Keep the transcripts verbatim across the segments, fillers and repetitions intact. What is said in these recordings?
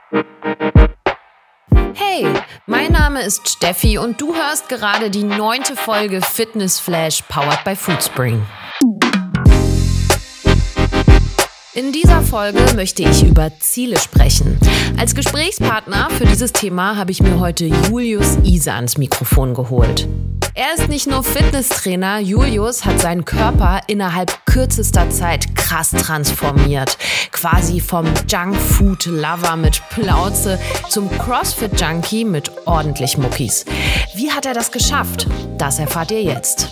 Hey, mein Name ist Steffi und du hörst gerade die neunte Folge Fitness Flash powered by Foodspring. In dieser Folge möchte ich über Ziele sprechen. Als Gesprächspartner für dieses Thema habe ich mir heute Julius Ise ans Mikrofon geholt. Er ist nicht nur Fitnesstrainer, Julius hat seinen Körper innerhalb kürzester Zeit krass transformiert. Quasi vom Junkfood-Lover mit Plauze zum CrossFit-Junkie mit ordentlich Muckis. Wie hat er das geschafft? Das erfahrt ihr jetzt.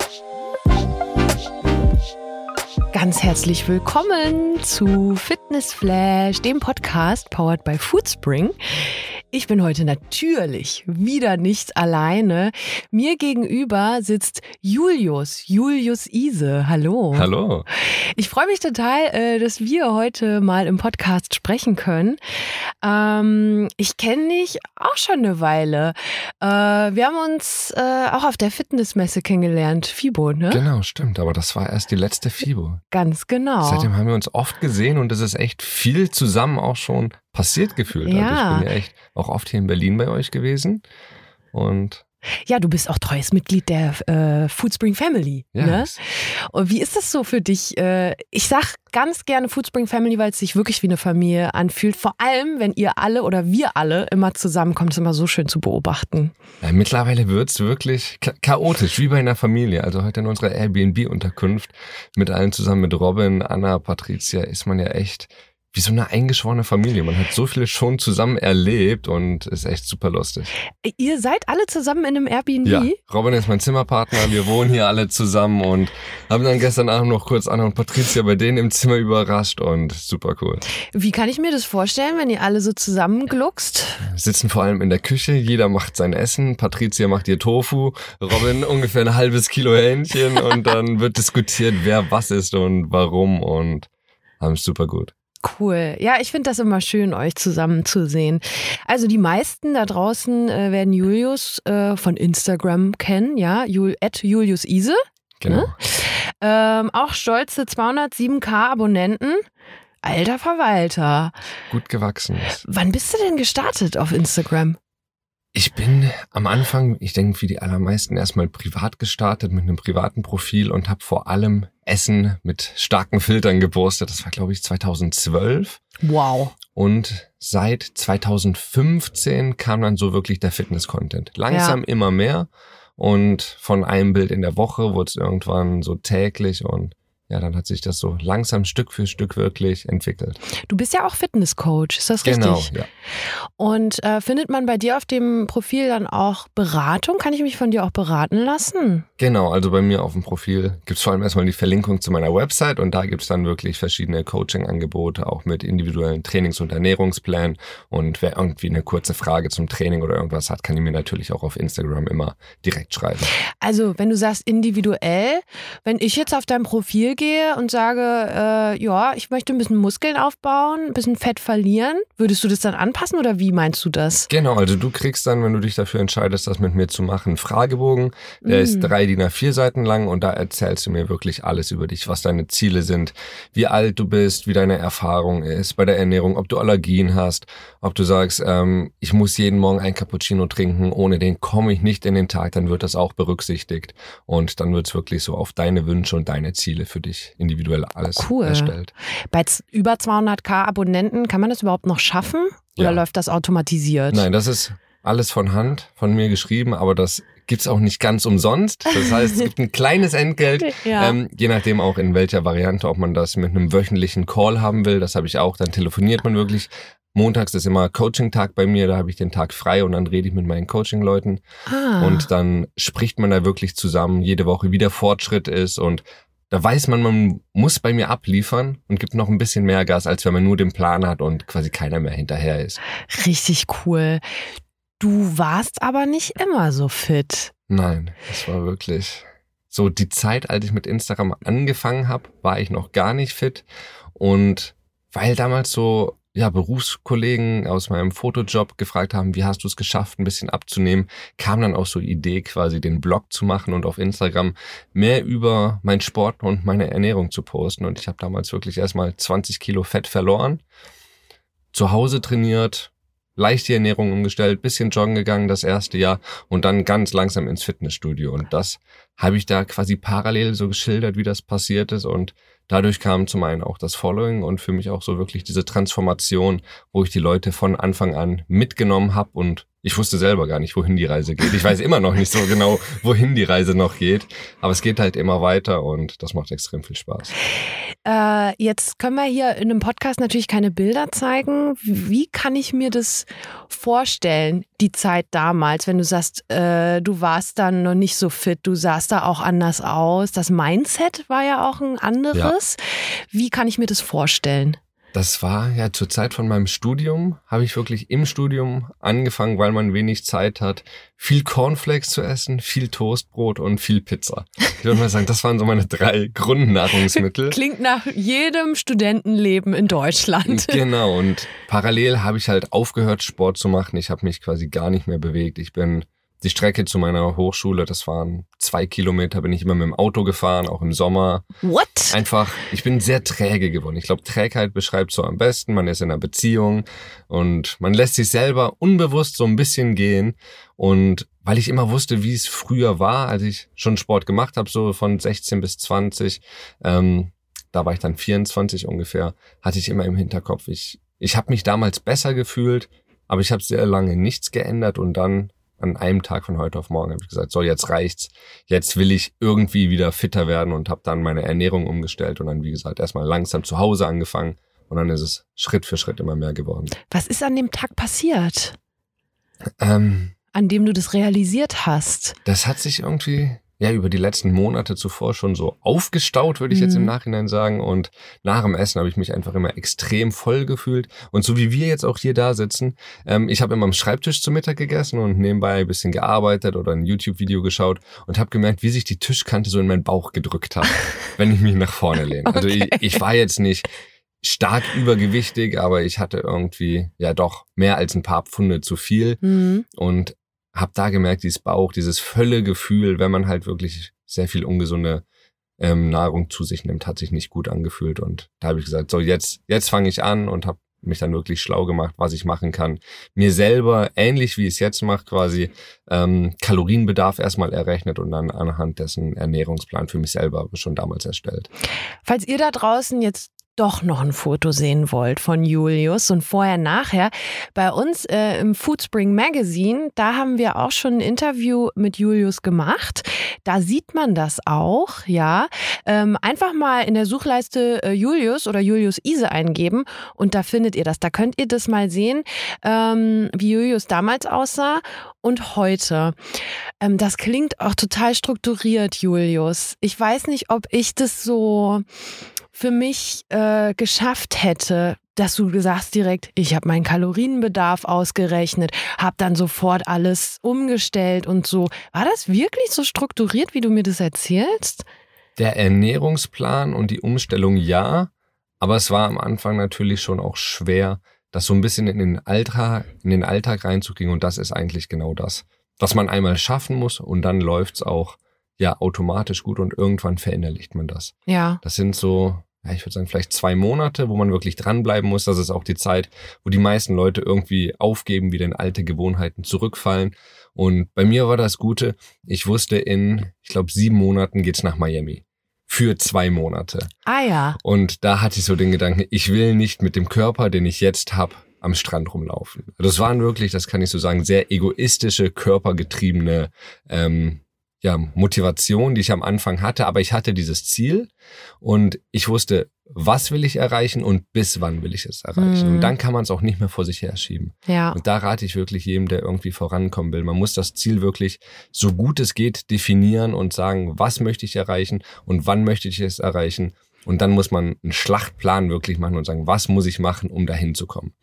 Ganz herzlich willkommen zu Fitness Flash, dem Podcast powered by Foodspring. Ich bin heute natürlich wieder nicht alleine. Mir gegenüber sitzt Julius, Julius Ise. Hallo. Hallo. Ich freue mich total, dass wir heute mal im Podcast sprechen können. Ich kenne dich auch schon eine Weile. Wir haben uns auch auf der Fitnessmesse kennengelernt, FIBO, ne? Genau, stimmt. Aber das war erst die letzte FIBO. Ganz genau. Seitdem haben wir uns oft gesehen und es ist echt viel zusammen auch schon passiert gefühlt. Ja. Also ich bin ja echt auch oft hier in Berlin bei euch gewesen und ja, du bist auch treues Mitglied der äh, Foodspring Family. Ja. Ne? Und wie ist das so für dich? Äh, ich sag ganz gerne Foodspring Family, weil es sich wirklich wie eine Familie anfühlt. Vor allem, wenn ihr alle oder wir alle immer zusammenkommt, ist immer so schön zu beobachten. Ja, mittlerweile wird es wirklich cha- chaotisch, wie bei einer Familie. Also heute in unserer Airbnb-Unterkunft mit allen zusammen, mit Robin, Anna, Patricia, ist man ja echt wie so eine eingeschworene Familie. Man hat so viele schon zusammen erlebt und ist echt super lustig. Ihr seid alle zusammen in einem Airbnb? Ja, Robin ist mein Zimmerpartner, wir wohnen hier alle zusammen und haben dann gestern Abend noch kurz Anna und Patricia bei denen im Zimmer überrascht und super cool. Wie kann ich mir das vorstellen, wenn ihr alle so zusammengluckst? Wir sitzen vor allem in der Küche, jeder macht sein Essen, Patricia macht ihr Tofu, Robin ungefähr ein halbes Kilo Hähnchen und dann wird diskutiert, wer was isst und warum und haben es super gut. Cool. Ja, ich finde das immer schön, euch zusammen zu sehen. Also die meisten da draußen äh, werden Julius äh, von Instagram kennen, ja, Jul, at Julius Ise. Genau. Ne? Ähm, auch stolze zweihundertsieben K Abonnenten. Alter Verwalter. Gut gewachsen. Wann bist du denn gestartet auf Instagram? Ich bin am Anfang, ich denke wie die allermeisten, erstmal privat gestartet mit einem privaten Profil und habe vor allem Essen mit starken Filtern gepostet. Das war, glaube ich, zweitausendzwölf. Wow. Und seit zweitausendfünfzehn kam dann so wirklich der Fitness-Content. Langsam ja. Immer mehr und von einem Bild in der Woche wurde es irgendwann so täglich und ja, dann hat sich das so langsam Stück für Stück wirklich entwickelt. Du bist ja auch Fitnesscoach, ist das richtig? Genau, ja. Und äh, findet man bei dir auf dem Profil dann auch Beratung? Kann ich mich von dir auch beraten lassen? Genau, also bei mir auf dem Profil gibt's vor allem erstmal die Verlinkung zu meiner Website und da gibt's dann wirklich verschiedene Coaching-Angebote, auch mit individuellen Trainings- und Ernährungsplänen. Und wer irgendwie eine kurze Frage zum Training oder irgendwas hat, kann ich mir natürlich auch auf Instagram immer direkt schreiben. Also wenn du sagst individuell, wenn ich jetzt auf dein Profil gehe und sage, äh, ja, ich möchte ein bisschen Muskeln aufbauen, ein bisschen Fett verlieren, würdest du das dann anpassen oder wie meinst du das? Genau, also du kriegst dann, wenn du dich dafür entscheidest, das mit mir zu machen, einen Fragebogen. Der mm. ist drei D I N A vier Seiten lang und da erzählst du mir wirklich alles über dich, was deine Ziele sind, wie alt du bist, wie deine Erfahrung ist bei der Ernährung, ob du Allergien hast, ob du sagst, ähm, ich muss jeden Morgen ein Cappuccino trinken, ohne den komme ich nicht in den Tag, dann wird das auch berücksichtigt und dann wird es wirklich so auf deine Wünsche und deine Ziele für dich individuell alles cool. erstellt. Bei über zweihundert K Abonnenten, kann man das überhaupt noch schaffen oder ja. läuft das automatisiert? Nein, das ist alles von Hand, von mir geschrieben, aber das gibt's auch nicht ganz umsonst. Das heißt, es gibt ein kleines Entgelt, ja. ähm, je nachdem auch in welcher Variante, ob man das mit einem wöchentlichen Call haben will. Das habe ich auch. Dann telefoniert man wirklich. Montags ist immer Coaching-Tag bei mir, da habe ich den Tag frei und dann rede ich mit meinen Coaching-Leuten. Ah. Und dann spricht man da wirklich zusammen, jede Woche, wie der Fortschritt ist und da weiß man, man muss bei mir abliefern und gibt noch ein bisschen mehr Gas, als wenn man nur den Plan hat und quasi keiner mehr hinterher ist. Richtig cool. Du warst aber nicht immer so fit. Nein, das war wirklich so die Zeit, als ich mit Instagram angefangen habe, war ich noch gar nicht fit. Und weil damals so ja Berufskollegen aus meinem Fotojob gefragt haben, wie hast du es geschafft, ein bisschen abzunehmen, kam dann auch so die Idee, quasi den Blog zu machen und auf Instagram mehr über meinen Sport und meine Ernährung zu posten. Und ich habe damals wirklich erstmal zwanzig Kilo Fett verloren. zu Hause trainiert, leicht die Ernährung umgestellt, bisschen joggen gegangen das erste Jahr und dann ganz langsam ins Fitnessstudio. Und das habe ich da quasi parallel so geschildert, wie das passiert ist. Und dadurch kam zum einen auch das Following und für mich auch so wirklich diese Transformation, wo ich die Leute von Anfang an mitgenommen habe und ich wusste selber gar nicht, wohin die Reise geht. Ich weiß immer noch nicht so genau, wohin die Reise noch geht. Aber es geht halt immer weiter und das macht extrem viel Spaß. Äh, jetzt können wir hier in einem Podcast natürlich keine Bilder zeigen. Wie kann ich mir das vorstellen, die Zeit damals, wenn du sagst, äh, du warst dann noch nicht so fit, du sahst da auch anders aus. Das Mindset war ja auch ein anderes. Ja. Wie kann ich mir das vorstellen? Das war ja zur Zeit von meinem Studium, habe ich wirklich im Studium angefangen, weil man wenig Zeit hat, viel Cornflakes zu essen, viel Toastbrot und viel Pizza. Ich würde mal sagen, das waren so meine drei Grundnahrungsmittel. Klingt nach jedem Studentenleben in Deutschland. Genau, und parallel habe ich halt aufgehört, Sport zu machen. Ich habe mich quasi gar nicht mehr bewegt. Ich bin die Strecke zu meiner Hochschule, das waren zwei Kilometer, bin ich immer mit dem Auto gefahren, auch im Sommer. What? Einfach, ich bin sehr träge geworden. Ich glaube, Trägheit beschreibt so am besten. Man ist in einer Beziehung und man lässt sich selber unbewusst so ein bisschen gehen. Und weil ich immer wusste, wie es früher war, als ich schon Sport gemacht habe, so von sechzehn bis zwanzig, ähm, da war ich dann vierundzwanzig ungefähr, hatte ich immer im Hinterkopf. Ich, ich habe mich damals besser gefühlt, aber ich habe sehr lange nichts geändert und dann an einem Tag von heute auf morgen habe ich gesagt, so jetzt reicht's, jetzt will ich irgendwie wieder fitter werden und habe dann meine Ernährung umgestellt und dann, wie gesagt, erstmal langsam zu Hause angefangen und dann ist es Schritt für Schritt immer mehr geworden. Was ist an dem Tag passiert, ähm, an dem du das realisiert hast? Das hat sich irgendwie ja über die letzten Monate zuvor schon so aufgestaut, würde ich jetzt im Nachhinein sagen. Und nach dem Essen habe ich mich einfach immer extrem voll gefühlt. Und so wie wir jetzt auch hier da sitzen, ähm, ich habe immer am Schreibtisch zu Mittag gegessen und nebenbei ein bisschen gearbeitet oder ein YouTube-Video geschaut und habe gemerkt, wie sich die Tischkante so in meinen Bauch gedrückt hat, wenn ich mich nach vorne lehne. Also okay. ich, ich war jetzt nicht stark übergewichtig, aber ich hatte irgendwie ja doch mehr als ein paar Pfunde zu viel. Mhm. Und hab da gemerkt, dieses Bauch, dieses Völlegefühl, wenn man halt wirklich sehr viel ungesunde ähm, Nahrung zu sich nimmt, hat sich nicht gut angefühlt. Und da habe ich gesagt, so jetzt jetzt fange ich an und habe mich dann wirklich schlau gemacht, was ich machen kann. Mir selber, ähnlich wie ich es jetzt mache, quasi ähm, Kalorienbedarf erstmal errechnet und dann anhand dessen Ernährungsplan für mich selber schon damals erstellt. Falls ihr da draußen jetzt doch noch ein Foto sehen wollt von Julius und vorher, nachher. Bei uns äh, im Foodspring Magazine, da haben wir auch schon ein Interview mit Julius gemacht. Da sieht man das auch, ja. Ähm, einfach mal in der Suchleiste äh, Julius oder Julius Ise eingeben und da findet ihr das. Da könnt ihr das mal sehen, ähm, wie Julius damals aussah und heute. Ähm, das klingt auch total strukturiert, Julius. Ich weiß nicht, ob ich das so für mich äh, geschafft hätte, dass du sagst direkt, ich habe meinen Kalorienbedarf ausgerechnet, habe dann sofort alles umgestellt und so. War das wirklich so strukturiert, wie du mir das erzählst? Der Ernährungsplan und die Umstellung ja, aber es war am Anfang natürlich schon auch schwer, das so ein bisschen in den Alltag, in den Alltag reinzukriegen und das ist eigentlich genau das, was man einmal schaffen muss und dann läuft's auch ja automatisch gut und irgendwann verinnerlicht man das. Ja. Das sind so, ja, ich würde sagen, vielleicht zwei Monate, wo man wirklich dranbleiben muss. Das ist auch die Zeit, wo die meisten Leute irgendwie aufgeben, wieder in alte Gewohnheiten zurückfallen. Und bei mir war das Gute, ich wusste, in, ich glaube, sieben Monaten geht's nach Miami. Für zwei Monate. Ah ja. Und da hatte ich so den Gedanken, ich will nicht mit dem Körper, den ich jetzt habe, am Strand rumlaufen. Das waren wirklich, das kann ich so sagen, sehr egoistische, körpergetriebene ähm, ja, Motivation, die ich am Anfang hatte, aber ich hatte dieses Ziel und ich wusste, was will ich erreichen und bis wann will ich es erreichen. Mhm. Und dann kann man es auch nicht mehr vor sich herschieben. Ja. Und da rate ich wirklich jedem, der irgendwie vorankommen will. Man muss das Ziel wirklich so gut es geht definieren und sagen, was möchte ich erreichen und wann möchte ich es erreichen. Und dann muss man einen Schlachtplan wirklich machen und sagen, was muss ich machen, um dahin zu kommen.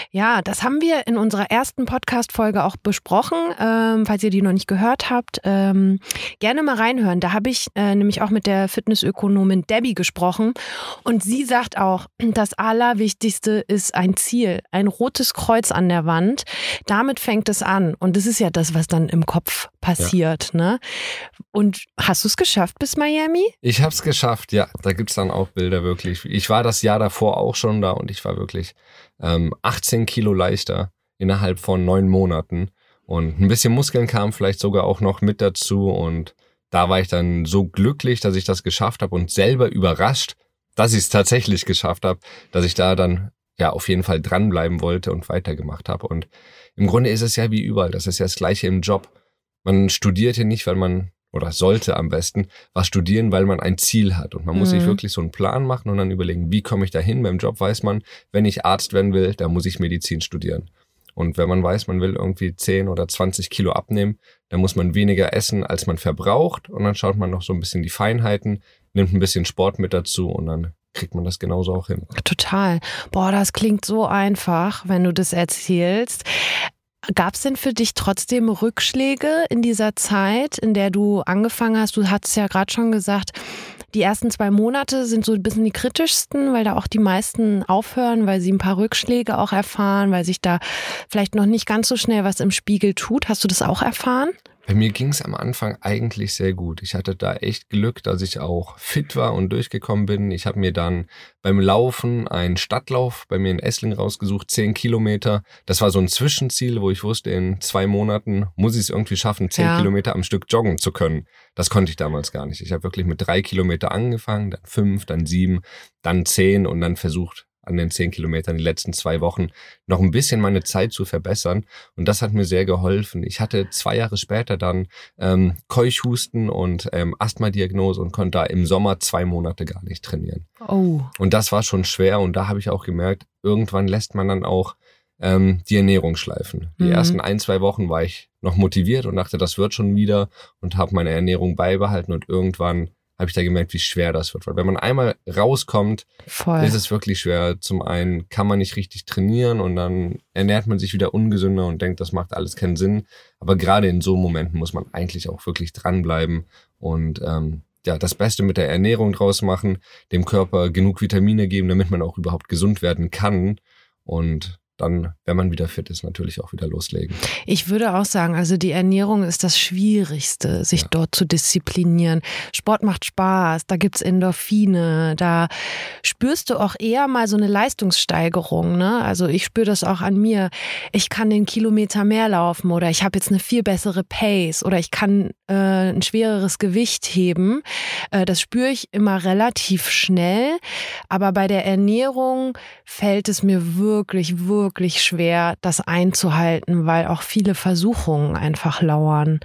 Ja, das haben wir in unserer ersten Podcast-Folge auch besprochen. Ähm, falls ihr die noch nicht gehört habt, ähm, gerne mal reinhören. Da habe ich äh, nämlich auch mit der Fitnessökonomin Debbie gesprochen. Und sie sagt auch, das Allerwichtigste ist ein Ziel, ein rotes Kreuz an der Wand. Damit fängt es an. Und das ist ja das, was dann im Kopf passiert. Ja. Ne? Und hast du es geschafft bis Miami? Ich habe es geschafft, ja. Da gibt es dann auch Bilder wirklich. Ich war das Jahr davor auch schon da und ich war wirklich ähm, achtzehn Kilo leichter innerhalb von neun Monaten. Und ein bisschen Muskeln kamen vielleicht sogar auch noch mit dazu. Und da war ich dann so glücklich, dass ich das geschafft habe und selber überrascht, dass ich es tatsächlich geschafft habe, dass ich da dann ja auf jeden Fall dranbleiben wollte und weitergemacht habe. Und im Grunde ist es ja wie überall. Das ist ja das Gleiche im Job. Man studiert hier nicht, weil man oder sollte am besten was studieren, weil man ein Ziel hat. Und man mhm. muss sich wirklich so einen Plan machen und dann überlegen, wie komme ich da hin? Beim Job weiß man, wenn ich Arzt werden will, dann muss ich Medizin studieren. Und wenn man weiß, man will irgendwie zehn oder zwanzig Kilo abnehmen, dann muss man weniger essen, als man verbraucht. Und dann schaut man noch so ein bisschen die Feinheiten, nimmt ein bisschen Sport mit dazu und dann kriegt man das genauso auch hin. Total. Boah, das klingt so einfach, wenn du das erzählst. Gab es denn für dich trotzdem Rückschläge in dieser Zeit, in der du angefangen hast? Du hattest ja gerade schon gesagt, die ersten zwei Monate sind so ein bisschen die kritischsten, weil da auch die meisten aufhören, weil sie ein paar Rückschläge auch erfahren, weil sich da vielleicht noch nicht ganz so schnell was im Spiegel tut. Hast du das auch erfahren? Bei mir ging es am Anfang eigentlich sehr gut. Ich hatte da echt Glück, dass ich auch fit war und durchgekommen bin. Ich habe mir dann beim Laufen einen Stadtlauf bei mir in Esslingen rausgesucht, zehn Kilometer. Das war so ein Zwischenziel, wo ich wusste, in zwei Monaten muss ich es irgendwie schaffen, zehn ja. Kilometer am Stück joggen zu können. Das konnte ich damals gar nicht. Ich habe wirklich mit drei Kilometer angefangen, dann fünf, dann sieben, dann zehn und dann versucht, an den zehn Kilometern die letzten zwei Wochen noch ein bisschen meine Zeit zu verbessern. Und das hat mir sehr geholfen. Ich hatte zwei Jahre später dann ähm, Keuchhusten und ähm, Asthma-Diagnose und konnte da im Sommer zwei Monate gar nicht trainieren. Oh. Und das war schon schwer. Und da habe ich auch gemerkt, irgendwann lässt man dann auch ähm, die Ernährung schleifen. Die mhm. ersten ein, zwei Wochen war ich noch motiviert und dachte, das wird schon wieder und habe meine Ernährung beibehalten. Und irgendwann habe ich da gemerkt, wie schwer das wird. Weil wenn man einmal rauskommt, Voll. ist es wirklich schwer. Zum einen kann man nicht richtig trainieren und dann ernährt man sich wieder ungesünder und denkt, das macht alles keinen Sinn. Aber gerade in so Momenten muss man eigentlich auch wirklich dranbleiben und ähm, ja, das Beste mit der Ernährung draus machen, dem Körper genug Vitamine geben, damit man auch überhaupt gesund werden kann. Und dann, wenn man wieder fit ist, natürlich auch wieder loslegen. Ich würde auch sagen, also die Ernährung ist das Schwierigste, sich ja. dort zu disziplinieren. Sport macht Spaß, da gibt's Endorphine, da spürst du auch eher mal so eine Leistungssteigerung. Ne? Also ich spüre das auch an mir. Ich kann den Kilometer mehr laufen oder ich habe jetzt eine viel bessere Pace oder ich kann äh, ein schwereres Gewicht heben. Äh, das spüre ich immer relativ schnell. Aber bei der Ernährung fällt es mir wirklich, wirklich wirklich schwer, das einzuhalten, weil auch viele Versuchungen einfach lauern.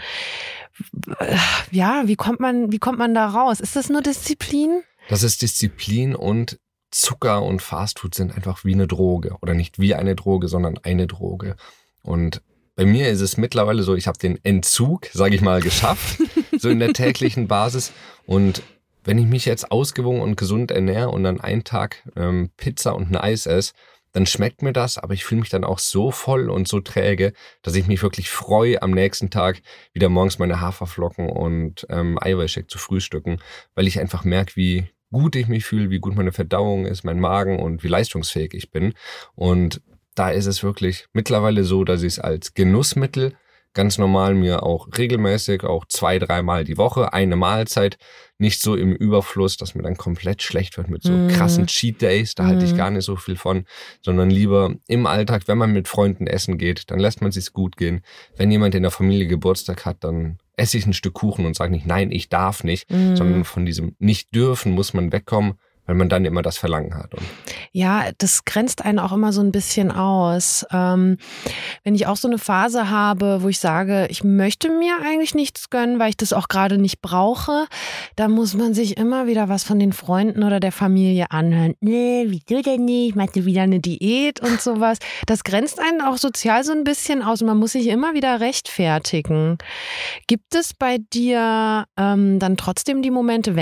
Ja, wie kommt man, wie kommt man da raus? Ist das nur Disziplin? Das ist Disziplin und Zucker und Fastfood sind einfach wie eine Droge. Oder nicht wie eine Droge, sondern eine Droge. Und bei mir ist es mittlerweile so, ich habe den Entzug, sage ich mal, geschafft, so in der täglichen Basis. Und wenn ich mich jetzt ausgewogen und gesund ernähre und dann einen Tag ähm, Pizza und ein Eis esse, dann schmeckt mir das, aber ich fühle mich dann auch so voll und so träge, dass ich mich wirklich freue, am nächsten Tag wieder morgens meine Haferflocken und ähm, Eiweißshake zu frühstücken, weil ich einfach merke, wie gut ich mich fühle, wie gut meine Verdauung ist, mein Magen und wie leistungsfähig ich bin. Und da ist es wirklich mittlerweile so, dass ich es als Genussmittel ganz normal mir auch regelmäßig, auch zwei, dreimal die Woche, eine Mahlzeit, nicht so im Überfluss, dass mir dann komplett schlecht wird mit so mm. krassen Cheat Days, da mm. halte ich gar nicht so viel von, sondern lieber im Alltag, wenn man mit Freunden essen geht, dann lässt man es sich gut gehen. Wenn jemand in der Familie Geburtstag hat, dann esse ich ein Stück Kuchen und sage nicht, nein, ich darf nicht, mm. sondern von diesem nicht dürfen muss man wegkommen, weil man dann immer das Verlangen hat. Und ja, das grenzt einen auch immer so ein bisschen aus. Ähm, wenn ich auch so eine Phase habe, wo ich sage, ich möchte mir eigentlich nichts gönnen, weil ich das auch gerade nicht brauche, dann muss man sich immer wieder was von den Freunden oder der Familie anhören. Nee, wieso denn nicht? Machst du wieder eine Diät und sowas? Das grenzt einen auch sozial so ein bisschen aus und man muss sich immer wieder rechtfertigen. Gibt es bei dir ähm, dann trotzdem die Momente, wenn dann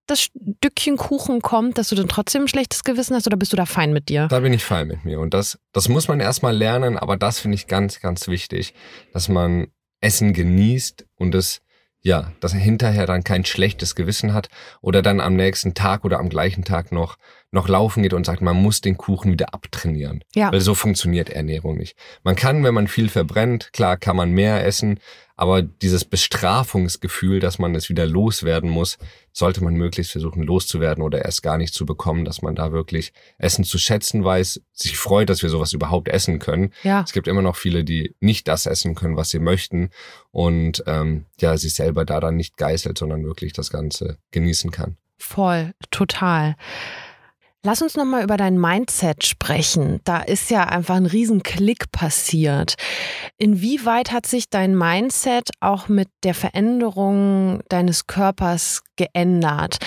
das Stückchen Kuchen kommt, dass du dann trotzdem ein schlechtes Gewissen hast oder bist du da fein mit dir? Da bin ich fein mit mir und das, das muss man erstmal lernen, aber das finde ich ganz, ganz wichtig, dass man Essen genießt und es ja, dass er hinterher dann kein schlechtes Gewissen hat oder dann am nächsten Tag oder am gleichen Tag noch, noch laufen geht und sagt, man muss den Kuchen wieder abtrainieren. Ja. Weil so funktioniert Ernährung nicht. Man kann, wenn man viel verbrennt, klar kann man mehr essen, aber dieses Bestrafungsgefühl, dass man es wieder loswerden muss, sollte man möglichst versuchen loszuwerden oder erst gar nicht zu bekommen, dass man da wirklich Essen zu schätzen weiß, sich freut, dass wir sowas überhaupt essen können. Ja. Es gibt immer noch viele, die nicht das essen können, was sie möchten und ähm, ja, sich selber da dann nicht geißelt, sondern wirklich das Ganze genießen kann. Voll, total. Lass uns nochmal über dein Mindset sprechen. Da ist ja einfach ein riesen Klick passiert. Inwieweit hat sich dein Mindset auch mit der Veränderung deines Körpers geändert?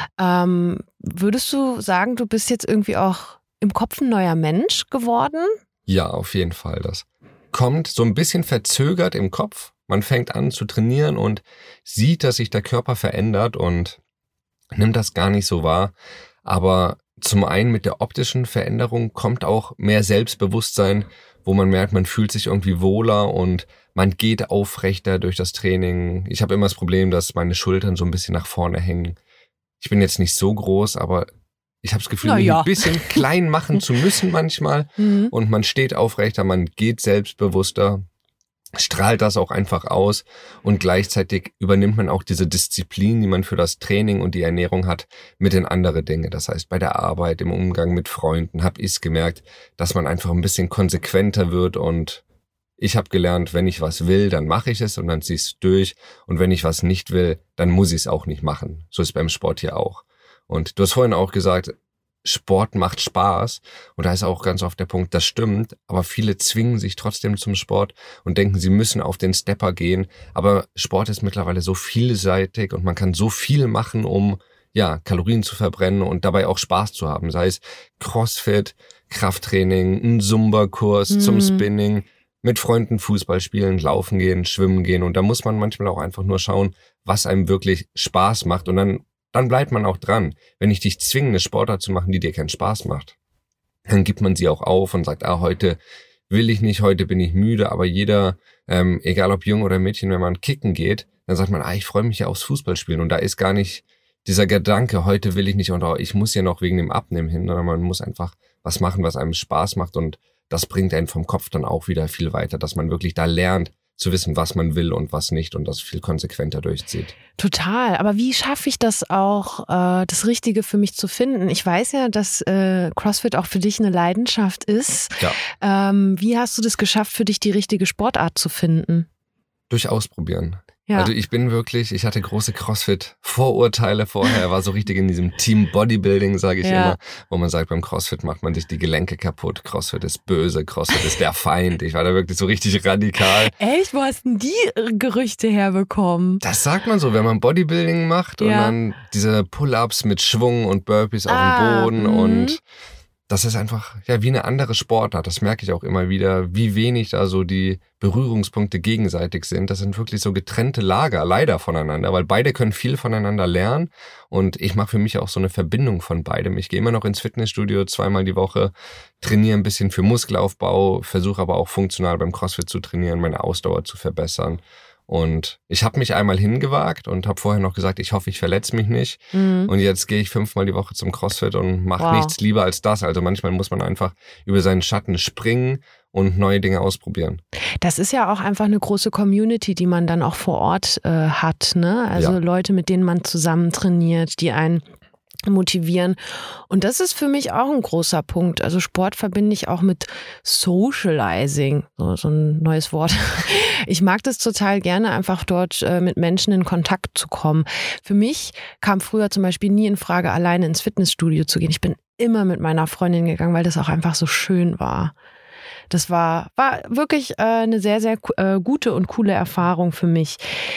Ähm, würdest du sagen, du bist jetzt irgendwie auch im Kopf ein neuer Mensch geworden? Ja, auf jeden Fall. Das kommt so ein bisschen verzögert im Kopf. Man fängt an zu trainieren und sieht, dass sich der Körper verändert und nimmt das gar nicht so wahr. Aber zum einen mit der optischen Veränderung kommt auch mehr Selbstbewusstsein, wo man merkt, man fühlt sich irgendwie wohler und man geht aufrechter durch das Training. Ich habe immer das Problem, dass meine Schultern so ein bisschen nach vorne hängen. Ich bin jetzt nicht so groß, aber ich habe das Gefühl, mich ja. ein bisschen klein machen zu müssen manchmal. Mhm. Und man steht aufrechter, man geht selbstbewusster, strahlt das auch einfach aus und gleichzeitig übernimmt man auch diese Disziplin, die man für das Training und die Ernährung hat, mit in andere Dinge. Das heißt, bei der Arbeit, im Umgang mit Freunden habe ich es gemerkt, dass man einfach ein bisschen konsequenter wird und ich habe gelernt, wenn ich was will, dann mache ich es und dann ziehe ich es durch und wenn ich was nicht will, dann muss ich es auch nicht machen. So ist beim Sport hier auch. Und du hast vorhin auch gesagt, Sport macht Spaß und da ist auch ganz oft der Punkt, das stimmt, aber viele zwingen sich trotzdem zum Sport und denken, sie müssen auf den Stepper gehen, aber Sport ist mittlerweile so vielseitig und man kann so viel machen, um ja Kalorien zu verbrennen und dabei auch Spaß zu haben, sei es Crossfit, Krafttraining, ein Zumba-Kurs mhm. zum Spinning, mit Freunden Fußball spielen, laufen gehen, schwimmen gehen und da muss man manchmal auch einfach nur schauen, was einem wirklich Spaß macht und dann Dann bleibt man auch dran. Wenn ich dich zwinge, eine Sportart zu machen, die dir keinen Spaß macht, dann gibt man sie auch auf und sagt, ah, heute will ich nicht, heute bin ich müde. Aber jeder, ähm, egal ob Jung oder Mädchen, wenn man kicken geht, dann sagt man, ah, ich freue mich ja aufs Fußballspielen. Und da ist gar nicht dieser Gedanke, heute will ich nicht und oh, ich muss ja noch wegen dem Abnehmen hin, sondern man muss einfach was machen, was einem Spaß macht. Und das bringt einen vom Kopf dann auch wieder viel weiter, dass man wirklich da lernt, zu wissen, was man will und was nicht und das viel konsequenter durchzieht. Total. Aber wie schaffe ich das auch, äh, das Richtige für mich zu finden? Ich weiß ja, dass äh, CrossFit auch für dich eine Leidenschaft ist. Ja. Ähm, wie hast du das geschafft, für dich die richtige Sportart zu finden? Durch Ausprobieren. Ja. Also ich bin wirklich, ich hatte große CrossFit-Vorurteile vorher, war so richtig in diesem Team Bodybuilding, sage ich ja. immer, wo man sagt, beim CrossFit macht man sich die Gelenke kaputt, CrossFit ist böse, CrossFit ist der Feind. Ich war da wirklich so richtig radikal. Echt? Wo hast denn die Gerüchte herbekommen? Das sagt man so, wenn man Bodybuilding macht ja. und dann diese Pull-Ups mit Schwung und Burpees auf ah, dem Boden mh. und das ist einfach ja wie eine andere Sportart. Das merke ich auch immer wieder, wie wenig da so die Berührungspunkte gegenseitig sind. Das sind wirklich so getrennte Lager, leider voneinander, weil beide können viel voneinander lernen. Und ich mache für mich auch so eine Verbindung von beidem. Ich gehe immer noch ins Fitnessstudio zweimal die Woche, trainiere ein bisschen für Muskelaufbau, versuche aber auch funktional beim CrossFit zu trainieren, meine Ausdauer zu verbessern. Und ich habe mich einmal hingewagt und habe vorher noch gesagt, ich hoffe, ich verletze mich nicht. Mhm. Und jetzt gehe ich fünfmal die Woche zum CrossFit und mache wow. nichts lieber als das. Also manchmal muss man einfach über seinen Schatten springen und neue Dinge ausprobieren. Das ist ja auch einfach eine große Community, die man dann auch vor Ort äh, hat, ne? Also ja. Leute, mit denen man zusammen trainiert, die einen motivieren. Und das ist für mich auch ein großer Punkt. Also Sport verbinde ich auch mit Socializing, so, so ein neues Wort. Ich mag das total gerne, einfach dort äh, mit Menschen in Kontakt zu kommen. Für mich kam früher zum Beispiel nie in Frage, alleine ins Fitnessstudio zu gehen. Ich bin immer mit meiner Freundin gegangen, weil das auch einfach so schön war. Das war, war wirklich äh, eine sehr, sehr äh, gute und coole Erfahrung für mich.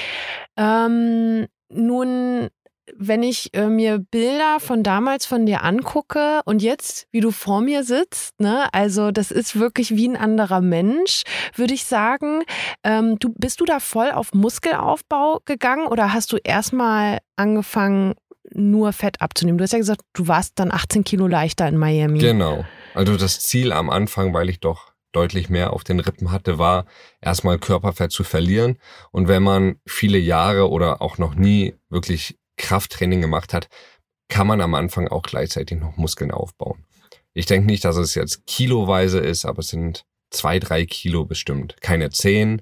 Ähm, nun wenn ich äh, mir Bilder von damals von dir angucke und jetzt, wie du vor mir sitzt, ne, also das ist wirklich wie ein anderer Mensch, würde ich sagen. Ähm, du, bist du da voll auf Muskelaufbau gegangen oder hast du erstmal angefangen, nur Fett abzunehmen? Du hast ja gesagt, du warst dann achtzehn Kilo leichter in Miami. Genau. Also das Ziel am Anfang, weil ich doch deutlich mehr auf den Rippen hatte, war erstmal Körperfett zu verlieren. Und wenn man viele Jahre oder auch noch nie wirklich Krafttraining gemacht hat, kann man am Anfang auch gleichzeitig noch Muskeln aufbauen. Ich denke nicht, dass es jetzt kiloweise ist, aber es sind zwei, drei Kilo bestimmt. Keine zehn.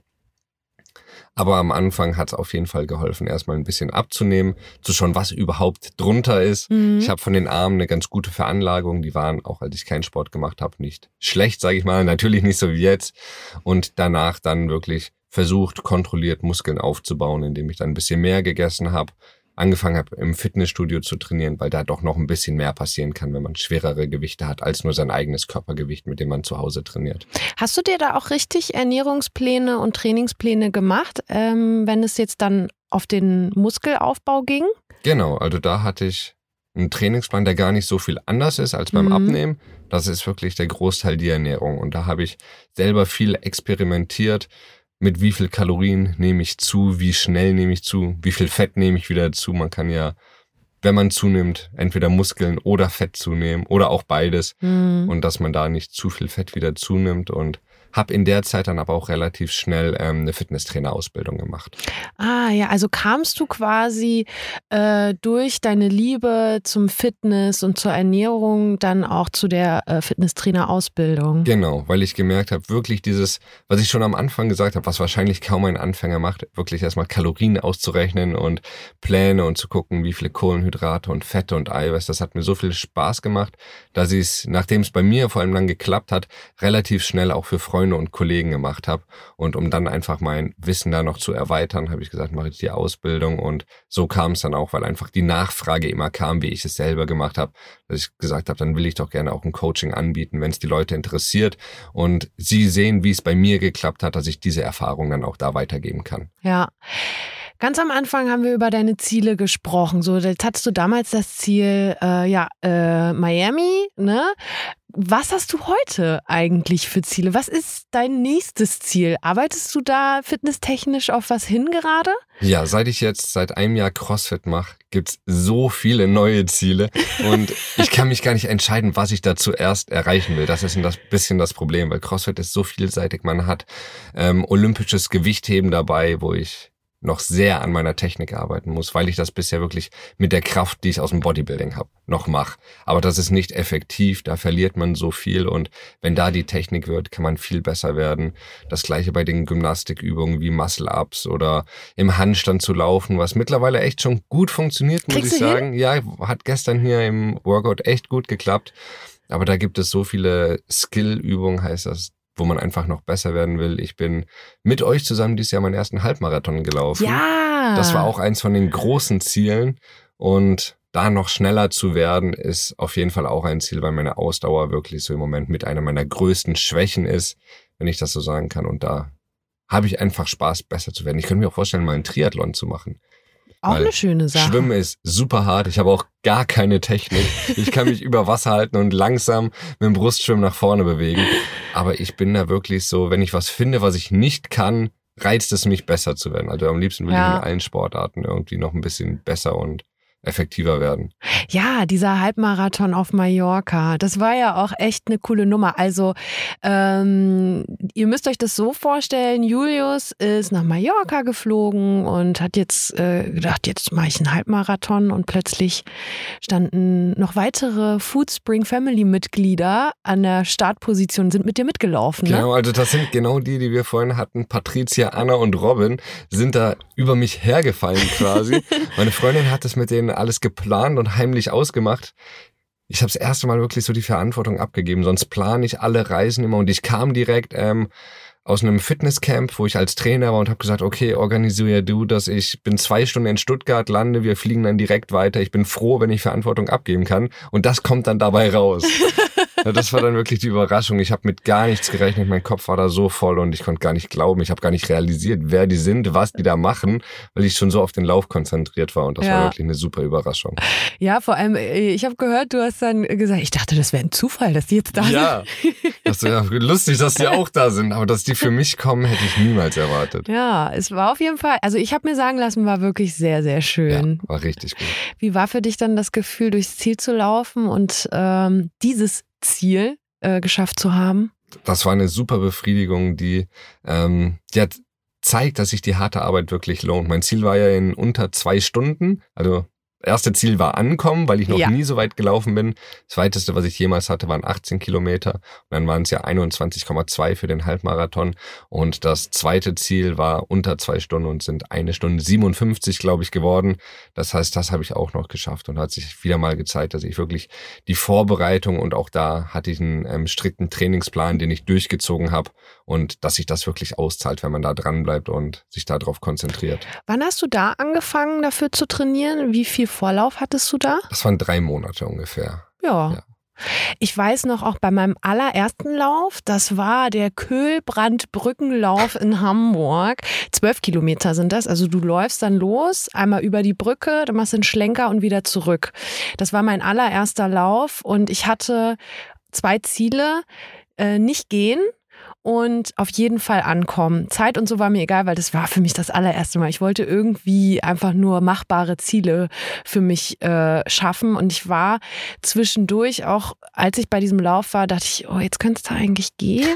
Aber am Anfang hat es auf jeden Fall geholfen, erstmal ein bisschen abzunehmen, zu schauen, was überhaupt drunter ist. Mhm. Ich habe von den Armen eine ganz gute Veranlagung. Die waren, auch als ich keinen Sport gemacht habe, nicht schlecht, sage ich mal. Natürlich nicht so wie jetzt. Und danach dann wirklich versucht, kontrolliert Muskeln aufzubauen, indem ich dann ein bisschen mehr gegessen habe. Angefangen habe, im Fitnessstudio zu trainieren, weil da doch noch ein bisschen mehr passieren kann, wenn man schwerere Gewichte hat, als nur sein eigenes Körpergewicht, mit dem man zu Hause trainiert. Hast du dir da auch richtig Ernährungspläne und Trainingspläne gemacht, ähm, wenn es jetzt dann auf den Muskelaufbau ging? Genau, also da hatte ich einen Trainingsplan, der gar nicht so viel anders ist als beim mhm. Abnehmen. Das ist wirklich der Großteil die Ernährung. Und da habe ich selber viel experimentiert, mit wie viel Kalorien nehme ich zu, wie schnell nehme ich zu, wie viel Fett nehme ich wieder zu. Man kann ja, wenn man zunimmt, entweder Muskeln oder Fett zunehmen oder auch beides. Mhm. Und dass man da nicht zu viel Fett wieder zunimmt. Und habe in der Zeit dann aber auch relativ schnell ähm, eine Fitnesstrainerausbildung gemacht. Ah ja, also kamst du quasi äh, durch deine Liebe zum Fitness und zur Ernährung dann auch zu der äh, Fitnesstrainerausbildung? Genau, weil ich gemerkt habe, wirklich dieses, was ich schon am Anfang gesagt habe, was wahrscheinlich kaum ein Anfänger macht, wirklich erstmal Kalorien auszurechnen und Pläne und zu gucken, wie viele Kohlenhydrate und Fette und Eiweiß, das hat mir so viel Spaß gemacht, dass ich es, nachdem es bei mir vor allem dann geklappt hat, relativ schnell auch für Freunde und Kollegen gemacht habe. Und um dann einfach mein Wissen da noch zu erweitern, habe ich gesagt, mache ich die Ausbildung. Und so kam es dann auch, weil einfach die Nachfrage immer kam, wie ich es selber gemacht habe, dass ich gesagt habe, dann will ich doch gerne auch ein Coaching anbieten, wenn es die Leute interessiert und sie sehen, wie es bei mir geklappt hat, dass ich diese Erfahrung dann auch da weitergeben kann. Ja. Ganz am Anfang haben wir über deine Ziele gesprochen. So, jetzt hattest du damals das Ziel, äh, ja, äh, Miami, ne? Was hast du heute eigentlich für Ziele? Was ist dein nächstes Ziel? Arbeitest du da fitnesstechnisch auf was hin gerade? Ja, seit ich jetzt seit einem Jahr CrossFit mache, gibt's so viele neue Ziele und ich kann mich gar nicht entscheiden, was ich da zuerst erreichen will. Das ist ein bisschen das Problem, weil CrossFit ist so vielseitig. Man hat ähm, olympisches Gewichtheben dabei, wo ich noch sehr an meiner Technik arbeiten muss, weil ich das bisher wirklich mit der Kraft, die ich aus dem Bodybuilding habe, noch mache. Aber das ist nicht effektiv, da verliert man so viel und wenn da die Technik wird, kann man viel besser werden. Das gleiche bei den Gymnastikübungen wie Muscle-Ups oder im Handstand zu laufen, was mittlerweile echt schon gut funktioniert, muss Kriegst ich sagen. Ja, hat gestern hier im Workout echt gut geklappt. Aber da gibt es so viele Skill-Übungen, heißt das, wo man einfach noch besser werden will. Ich bin mit euch zusammen dieses Jahr meinen ersten Halbmarathon gelaufen. Ja. Das war auch eins von den großen Zielen. Und da noch schneller zu werden, ist auf jeden Fall auch ein Ziel, weil meine Ausdauer wirklich so im Moment mit einer meiner größten Schwächen ist, wenn ich das so sagen kann. Und da habe ich einfach Spaß, besser zu werden. Ich könnte mir auch vorstellen, mal einen Triathlon zu machen. Auch eine schöne Sache. Schwimmen ist super hart. Ich habe auch gar keine Technik. Ich kann mich über Wasser halten und langsam mit dem Brustschwimmen nach vorne bewegen. Aber ich bin da wirklich so, wenn ich was finde, was ich nicht kann, reizt es mich, besser zu werden. Also am liebsten will ja. ich in allen Sportarten irgendwie noch ein bisschen besser und effektiver werden. Ja, dieser Halbmarathon auf Mallorca, das war ja auch echt eine coole Nummer. Also ähm, ihr müsst euch das so vorstellen, Julius ist nach Mallorca geflogen und hat jetzt äh, gedacht, jetzt mache ich einen Halbmarathon und plötzlich standen noch weitere Foodspring Family Mitglieder an der Startposition, sind mit dir mitgelaufen. Ne? Genau, also das sind genau die, die wir vorhin hatten. Patricia, Anna und Robin sind da über mich hergefallen quasi. Meine Freundin hat es mit denen alles geplant und heimlich ausgemacht. Ich habe das erste Mal wirklich so die Verantwortung abgegeben, sonst plane ich alle Reisen immer und ich kam direkt ähm, aus einem Fitnesscamp, wo ich als Trainer war und habe gesagt, okay, organisiere du das, ich bin zwei Stunden in Stuttgart, lande, wir fliegen dann direkt weiter, ich bin froh, wenn ich Verantwortung abgeben kann und das kommt dann dabei raus. Ja, das war dann wirklich die Überraschung. Ich habe mit gar nichts gerechnet. Mein Kopf war da so voll und ich konnte gar nicht glauben. Ich habe gar nicht realisiert, wer die sind, was die da machen, weil ich schon so auf den Lauf konzentriert war. Und das ja. war wirklich eine super Überraschung. Ja, vor allem, ich habe gehört, du hast dann gesagt, ich dachte, das wäre ein Zufall, dass die jetzt da ja. sind. Das ist ja lustig, dass die auch da sind. Aber dass die für mich kommen, hätte ich niemals erwartet. Ja, es war auf jeden Fall, also ich habe mir sagen lassen, war wirklich sehr, sehr schön. Ja, war richtig gut. Wie war für dich dann das Gefühl, durchs Ziel zu laufen und ähm, dieses Ziel äh, geschafft zu haben? Das war eine super Befriedigung, die, ähm, die hat zeigt, dass sich die harte Arbeit wirklich lohnt. Mein Ziel war ja in unter zwei Stunden, also erste Ziel war ankommen, weil ich noch ja. nie so weit gelaufen bin. Das weiteste, was ich jemals hatte, waren achtzehn Kilometer. Und dann waren es ja einundzwanzig Komma zwei für den Halbmarathon. Und das zweite Ziel war unter zwei Stunden und sind eine Stunde siebenundfünfzig, glaube ich, geworden. Das heißt, das habe ich auch noch geschafft und hat sich wieder mal gezeigt, dass ich wirklich die Vorbereitung und auch da hatte ich einen ähm, strikten Trainingsplan, den ich durchgezogen habe und dass sich das wirklich auszahlt, wenn man da dran bleibt und sich darauf konzentriert. Wann hast du da angefangen, dafür zu trainieren? Wie viel Vorlauf hattest du da? Das waren drei Monate ungefähr. Ja. ja. Ich weiß noch auch bei meinem allerersten Lauf, das war der Köhlbrandbrückenlauf in Hamburg. Zwölf Kilometer sind das, also du läufst dann los, einmal über die Brücke, dann machst du einen Schlenker und wieder zurück. Das war mein allererster Lauf und ich hatte zwei Ziele, äh, nicht gehen und auf jeden Fall ankommen. Zeit und so war mir egal, weil das war für mich das allererste Mal. Ich wollte irgendwie einfach nur machbare Ziele für mich äh, schaffen. Und ich war zwischendurch auch, als ich bei diesem Lauf war, dachte ich, oh, jetzt könntest du eigentlich gehen.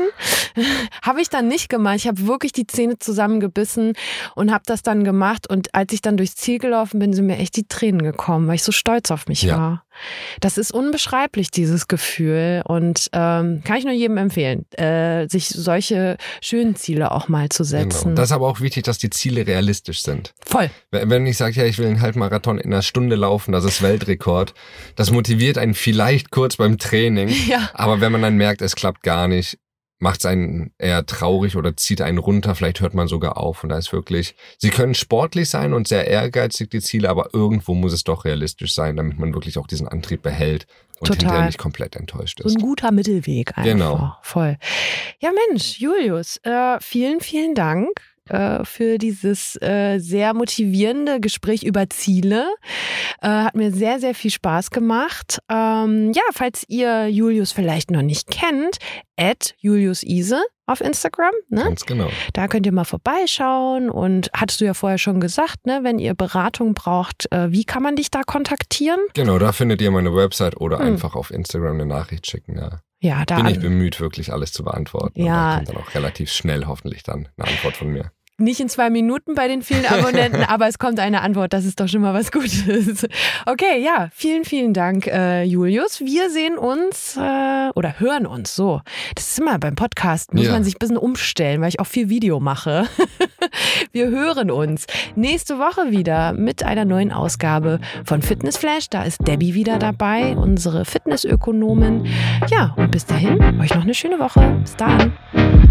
Habe ich dann nicht gemacht. Ich habe wirklich die Zähne zusammengebissen und habe das dann gemacht. Und als ich dann durchs Ziel gelaufen bin, sind mir echt die Tränen gekommen, weil ich so stolz auf mich ja. war. Das ist unbeschreiblich, dieses Gefühl. Und ähm, kann ich nur jedem empfehlen, äh, sich solche schönen Ziele auch mal zu setzen. Genau. Das ist aber auch wichtig, dass die Ziele realistisch sind. Voll. Wenn ich sage, ja, ich will einen Halbmarathon in einer Stunde laufen, das ist Weltrekord, das motiviert einen vielleicht kurz beim Training, ja. aber wenn man dann merkt, es klappt gar nicht, macht es einen eher traurig oder zieht einen runter, vielleicht hört man sogar auf. Und da ist wirklich, sie können sportlich sein und sehr ehrgeizig, die Ziele, aber irgendwo muss es doch realistisch sein, damit man wirklich auch diesen Antrieb behält und Total. hinterher nicht komplett enttäuscht ist. So ein guter Mittelweg einfach. Genau. Voll. Ja Mensch, Julius, äh, vielen, vielen Dank für dieses äh, sehr motivierende Gespräch über Ziele. Äh, hat mir sehr, sehr viel Spaß gemacht. Ähm, ja, falls ihr Julius vielleicht noch nicht kennt, at Julius Ise auf Instagram. Ne? Ganz genau. Da könnt ihr mal vorbeischauen und hattest du ja vorher schon gesagt, ne, wenn ihr Beratung braucht, äh, wie kann man dich da kontaktieren? Genau, da findet ihr meine Website oder hm. einfach auf Instagram eine Nachricht schicken, ja. Ja, da bin ich bemüht, wirklich alles zu beantworten. Ja. Und da kommt dann auch relativ schnell hoffentlich dann eine Antwort von mir. Nicht in zwei Minuten bei den vielen Abonnenten, aber es kommt eine Antwort. Das ist doch schon mal was Gutes. Okay, ja, vielen, vielen Dank, äh, Julius. Wir sehen uns äh, oder hören uns so. Das ist immer beim Podcast, muss ja. man sich ein bisschen umstellen, weil ich auch viel Video mache. Wir hören uns nächste Woche wieder mit einer neuen Ausgabe von Fitness Flash. Da ist Debbie wieder dabei, unsere Fitnessökonomin. Ja, und bis dahin, euch noch eine schöne Woche. Bis dann.